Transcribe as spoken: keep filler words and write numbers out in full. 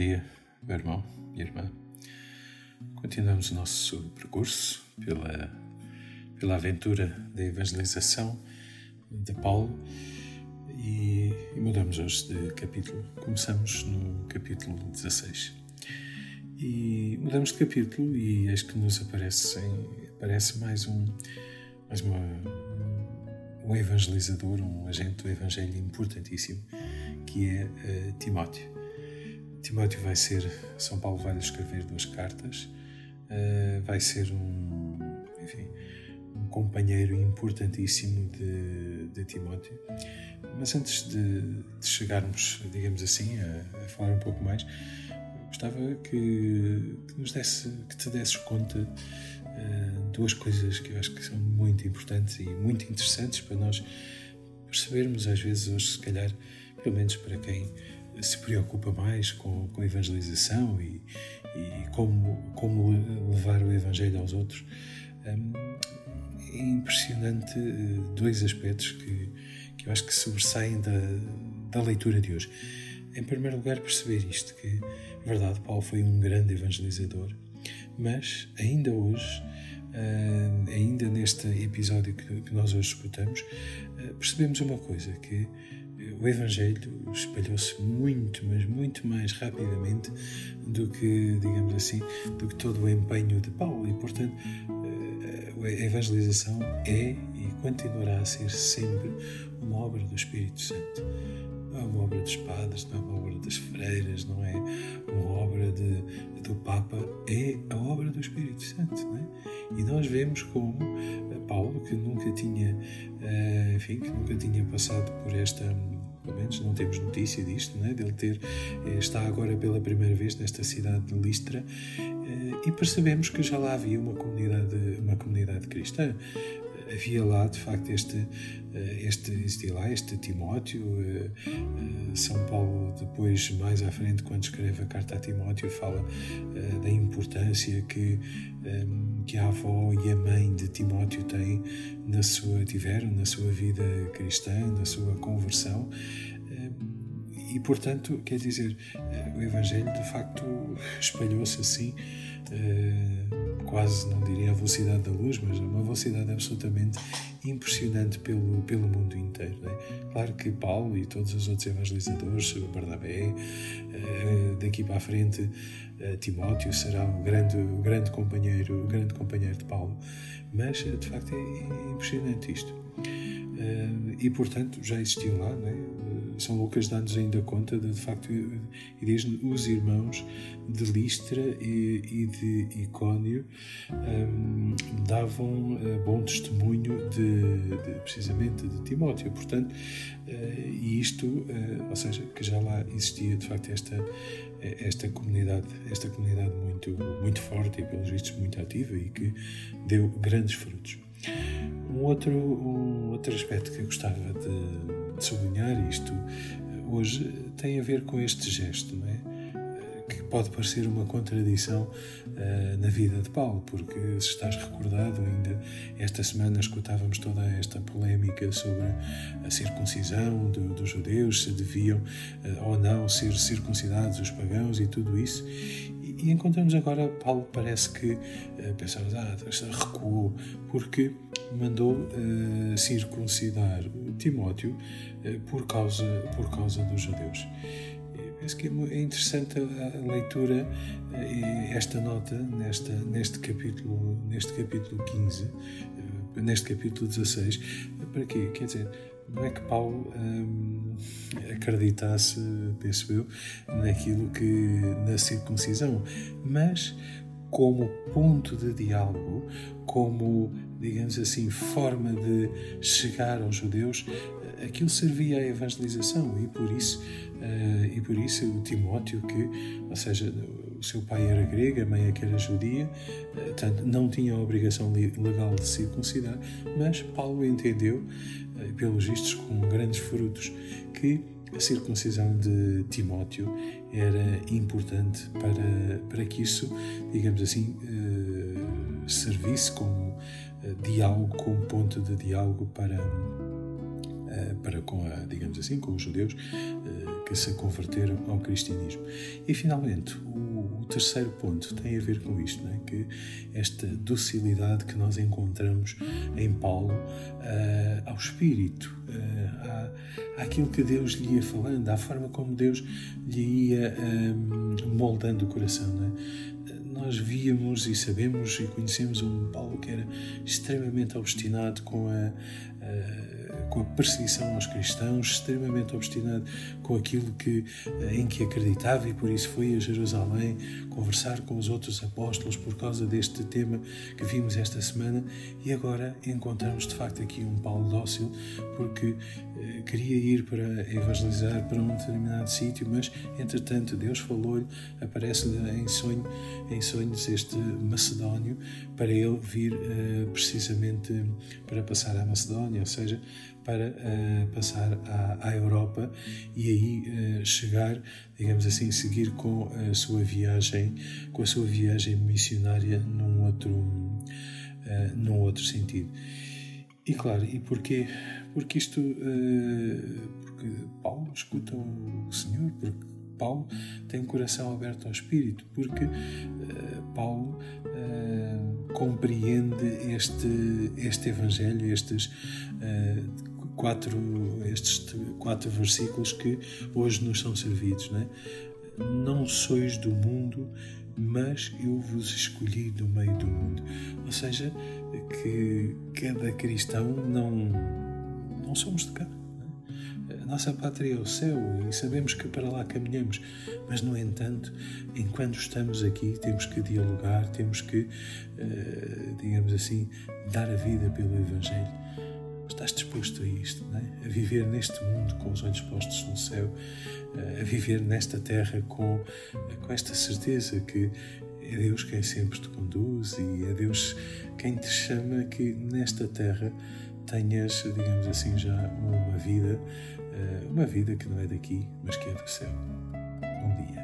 dia, meu irmão e irmã. Continuamos o nosso percurso pela, pela aventura da evangelização de Paulo e, e mudamos hoje de capítulo. Começamos no capítulo dezasseis. E mudamos de capítulo e eis que nos aparece, aparece mais um, mais uma, um evangelizador, um agente do evangelho importantíssimo, que é uh, Timóteo. Timóteo vai ser, São Paulo vai-lhe escrever duas cartas, uh, vai ser um, enfim, um companheiro importantíssimo de, de Timóteo. Mas antes de, de chegarmos, digamos assim, a, a falar um pouco mais, gostava que, que, nos desse, que te desses conta uh, duas coisas que eu acho que são muito importantes e muito interessantes para nós percebermos às vezes hoje, se calhar, pelo menos para quem se preocupa mais com, com a evangelização e, e como, como levar o evangelho aos outros. Um, é impressionante uh, dois aspectos que, que eu acho que sobressaem da, da leitura de hoje. Em primeiro lugar, perceber isto, que, é verdade, Paulo foi um grande evangelizador, mas ainda hoje, uh, ainda neste episódio que, que nós hoje escutamos, uh, percebemos uma coisa, que o Evangelho espalhou-se muito, mas muito mais rapidamente do que, digamos assim, do que todo o empenho de Paulo. E, portanto, a evangelização é e continuará a ser sempre uma obra do Espírito Santo. Não é uma obra dos padres, não é uma obra das freiras, não é uma obra de, do Papa, é a obra do Espírito Santo. Não é? E nós vemos como Paulo, que nunca tinha, enfim, que nunca tinha passado por esta, pelo menos não temos notícia disto, não é? Dele ter, está agora pela primeira vez nesta cidade de Listra, e percebemos que já lá havia uma comunidade, uma comunidade cristã. Havia lá, de facto, este, este, existia lá este Timóteo. São Paulo, depois, mais à frente, quando escreve a carta a Timóteo, fala da importância que, que a avó e a mãe de Timóteo têm na sua, tiveram na sua vida cristã, na sua conversão. E, portanto, quer dizer, o Evangelho, de facto, espalhou-se assim, quase, não diria a velocidade da luz, mas a uma velocidade absolutamente impressionante pelo, pelo mundo inteiro. Não é? Claro que Paulo e todos os outros evangelizadores, Barnabé, daqui para a frente, Timóteo será o grande, o grande companheiro, o grande companheiro de Paulo. Mas, de facto, é impressionante isto. E, portanto, já existiam lá, não é? São Lucas dá-nos ainda conta de, de facto, e diz-nos, os irmãos de Listra e, e de Icónio um, davam uh, bom testemunho de, de, precisamente de Timóteo, portanto, uh, e isto, uh, ou seja, que já lá existia de facto esta, esta comunidade, esta comunidade muito, muito forte e pelos vistos muito ativa e que deu grandes frutos. Um outro, um outro aspecto que eu gostava de, de sublinhar, isto hoje tem a ver com este gesto, não é? Que pode parecer uma contradição uh, na vida de Paulo, porque se estás recordado, ainda esta semana escutávamos toda esta polémica sobre a circuncisão do, dos judeus, se deviam uh, ou não ser circuncidados os pagãos e tudo isso. E encontramos agora, Paulo parece que, pensamos, ah, recuou, porque mandou uh, circuncidar Timóteo uh, por, causa, por causa dos judeus. E penso que é interessante a, a leitura, uh, esta nota, nesta, neste, capítulo, neste capítulo quinze, uh, neste capítulo dezasseis, para quê? Quer dizer, não é que Paulo hum, acreditasse, penso eu, naquilo que, na circuncisão, mas como ponto de diálogo, como, digamos assim, forma de chegar aos judeus, aquilo servia à evangelização e por isso, uh, e por isso o Timóteo, que, ou seja, o seu pai era grego, a mãe é que era judia, uh, portanto, não tinha a obrigação legal de circuncidar, mas Paulo entendeu, uh, pelos vistos com grandes frutos, que a circuncisão de Timóteo era importante para, para que isso, digamos assim, uh, servisse como uh, diálogo, como ponto de diálogo para para com a, digamos assim, com os judeus que se converteram ao cristianismo. E finalmente, o, o terceiro ponto tem a ver com isto, não é? Que esta docilidade que nós encontramos em Paulo uh, ao Espírito, uh, à, àquilo que Deus lhe ia falando, à forma como Deus lhe ia um, moldando o coração, não é? Nós víamos e sabemos e conhecemos um Paulo que era extremamente obstinado com a, a, com a perseguição aos cristãos, extremamente obstinado com aquilo que, em que acreditava, e por isso foi a Jerusalém conversar com os outros apóstolos por causa deste tema que vimos esta semana. E agora encontramos de facto aqui um Paulo dócil, porque eh, queria ir para evangelizar para um determinado sítio, mas entretanto Deus falou-lhe, aparece-lhe em sonho, em sonhos este macedónio para ele vir uh, precisamente para passar à Macedónia, ou seja, para uh, passar à, à Europa e aí uh, chegar, digamos assim, seguir com a sua viagem, com a sua viagem missionária num outro, uh, num outro sentido. E claro, e porquê? Porque isto, uh, porque Paulo escuta o Senhor, porque Paulo tem um coração aberto ao Espírito, porque uh, Paulo uh, compreende este, este Evangelho, estes, uh, quatro, estes quatro versículos que hoje nos são servidos, não é? Não sois do mundo, mas eu vos escolhi do meio do mundo. Ou seja, que cada cristão não, não somos de cá. A nossa pátria é o céu e sabemos que para lá caminhamos, mas, no entanto, enquanto estamos aqui, temos que dialogar, temos que, digamos assim, dar a vida pelo Evangelho. Estás disposto a isto, não é? A viver neste mundo com os olhos postos no céu, a viver nesta terra com, com esta certeza que é Deus quem sempre te conduz e é Deus quem te chama que nesta terra tenhas, digamos assim, já uma vida, uma vida que não é daqui, mas que é do céu. Bom dia.